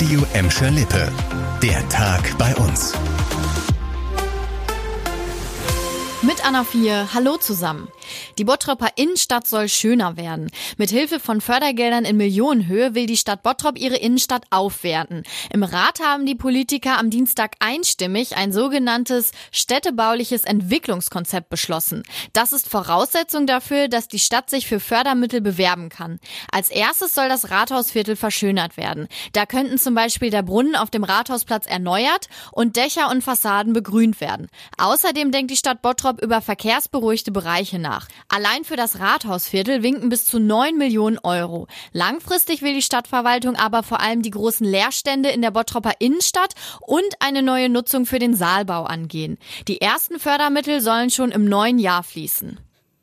Radio Emscher Lippe. Der Tag bei uns. Mit Anna 4, hallo zusammen. Die Bottroper Innenstadt soll schöner werden. Mit Hilfe von Fördergeldern in Millionenhöhe will die Stadt Bottrop ihre Innenstadt aufwerten. Im Rat haben die Politiker am Dienstag einstimmig ein sogenanntes städtebauliches Entwicklungskonzept beschlossen. Das ist Voraussetzung dafür, dass die Stadt sich für Fördermittel bewerben kann. Als erstes soll das Rathausviertel verschönert werden. Da könnten zum Beispiel der Brunnen auf dem Rathausplatz erneuert und Dächer und Fassaden begrünt werden. Außerdem denkt die Stadt Bottrop über verkehrsberuhigte Bereiche nach. Allein für das Rathausviertel winken bis zu 9 Millionen Euro. Langfristig will die Stadtverwaltung aber vor allem die großen Leerstände in der Bottroper Innenstadt und eine neue Nutzung für den Saalbau angehen. Die ersten Fördermittel sollen schon im neuen Jahr fließen.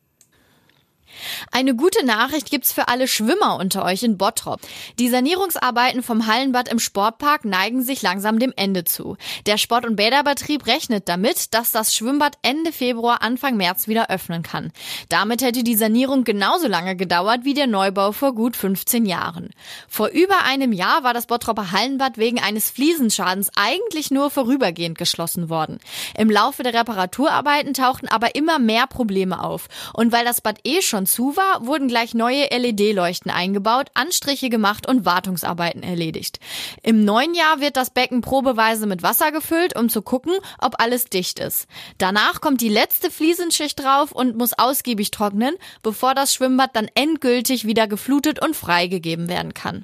Eine gute Nachricht gibt's für alle Schwimmer unter euch in Bottrop. Die Sanierungsarbeiten vom Hallenbad im Sportpark neigen sich langsam dem Ende zu. Der Sport- und Bäderbetrieb rechnet damit, dass das Schwimmbad Ende Februar, Anfang März wieder öffnen kann. Damit hätte die Sanierung genauso lange gedauert wie der Neubau vor gut 15 Jahren. Vor über einem Jahr war das Bottroper Hallenbad wegen eines Fliesenschadens eigentlich nur vorübergehend geschlossen worden. Im Laufe der Reparaturarbeiten tauchten aber immer mehr Probleme auf. Und weil das Bad schon zu war, wurden gleich neue LED-Leuchten eingebaut, Anstriche gemacht und Wartungsarbeiten erledigt. Im neuen Jahr wird das Becken probeweise mit Wasser gefüllt, um zu gucken, ob alles dicht ist. Danach kommt die letzte Fliesenschicht drauf und muss ausgiebig trocknen, bevor das Schwimmbad dann endgültig wieder geflutet und freigegeben werden kann.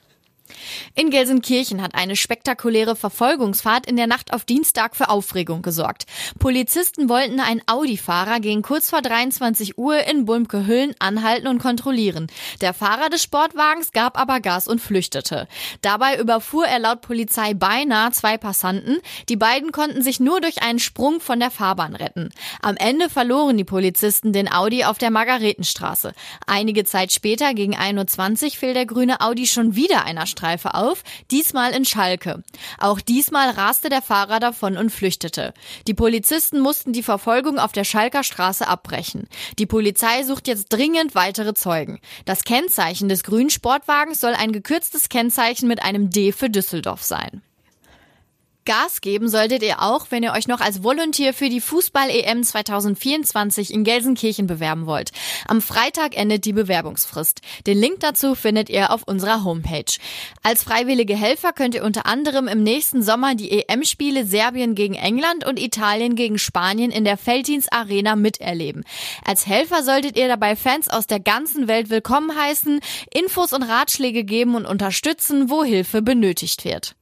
In Gelsenkirchen hat eine spektakuläre Verfolgungsfahrt in der Nacht auf Dienstag für Aufregung gesorgt. Polizisten wollten einen Audi-Fahrer gegen kurz vor 23 Uhr in Bulmke-Hüllen anhalten und kontrollieren. Der Fahrer des Sportwagens gab aber Gas und flüchtete. Dabei überfuhr er laut Polizei beinahe 2 Passanten. Die beiden konnten sich nur durch einen Sprung von der Fahrbahn retten. Am Ende verloren die Polizisten den Audi auf der Margaretenstraße. Einige Zeit später, gegen 1:20 Uhr, fiel der grüne Audi schon wieder einer Streife auf, diesmal in Schalke. Auch diesmal raste der Fahrer davon und flüchtete. Die Polizisten mussten die Verfolgung auf der Schalker Straße abbrechen. Die Polizei sucht jetzt dringend weitere Zeugen. Das Kennzeichen des grünen Sportwagens soll ein gekürztes Kennzeichen mit einem D für Düsseldorf sein. Gas geben solltet ihr auch, wenn ihr euch noch als Volunteer für die Fußball-EM 2024 in Gelsenkirchen bewerben wollt. Am Freitag endet die Bewerbungsfrist. Den Link dazu findet ihr auf unserer Homepage. Als freiwillige Helfer könnt ihr unter anderem im nächsten Sommer die EM-Spiele Serbien gegen England und Italien gegen Spanien in der Veltins Arena miterleben. Als Helfer solltet ihr dabei Fans aus der ganzen Welt willkommen heißen, Infos und Ratschläge geben und unterstützen, wo Hilfe benötigt wird.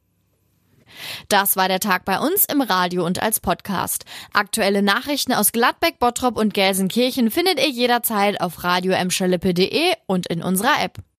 Das war der Tag bei uns im Radio und als Podcast. Aktuelle Nachrichten aus Gladbeck, Bottrop und Gelsenkirchen findet ihr jederzeit auf radioemscherlippe.de und in unserer App.